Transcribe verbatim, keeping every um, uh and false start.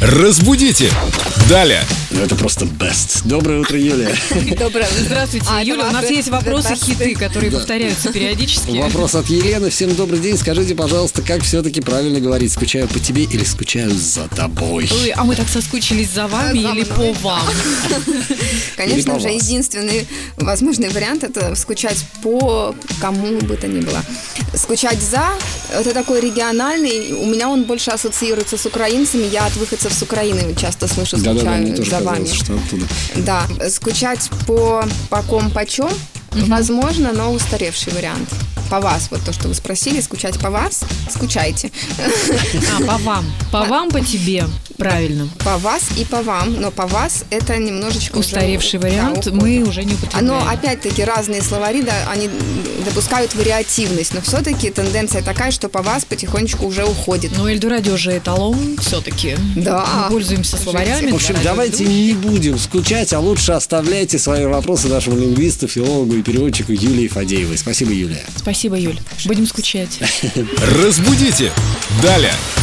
Разбудите! Далее! Ну это просто best. Доброе утро, Юлия. Доброе. Здравствуйте, А, Юля. это У нас ваши есть вопросы-хиты, которые Да. повторяются периодически. Вопрос от Елены. Всем добрый день. Скажите, пожалуйста, как все-таки правильно говорить? Скучаю по тебе или скучаю за тобой? Ой, а мы так соскучились за вами За или мной. по вам? Конечно Или по же, вас. единственный возможный вариант — это скучать по кому бы то ни было. Скучать за — это такой региональный. У меня он больше ассоциируется с украинцами. Я от выходцев с Украины часто слышу Да-да-да, «скучаю мне тоже за вами». казалось, что оттуда. Да, скучать по по ком почем, возможно, но устаревший вариант. По вас, вот то, что вы спросили, скучать по вас, скучайте. А, по вам. По вам, по тебе. Правильно. По вас и по вам, но по вас это немножечко уже, Устаревший да, вариант уходит. мы уже не употребляем. Но опять-таки разные словари, да, они допускают вариативность, но все-таки тенденция такая, что по вас потихонечку уже уходит. Но Эльдорадио же эталон все-таки. Да. Мы пользуемся словарями. В общем, для давайте радиоведущих. не будем скучать, а лучше оставляйте свои вопросы нашему лингвисту, филологу и переводчику Юлии Фадеевой. Спасибо, Юлия. Спасибо, Юль. Будем скучать. Разбудите! Далее!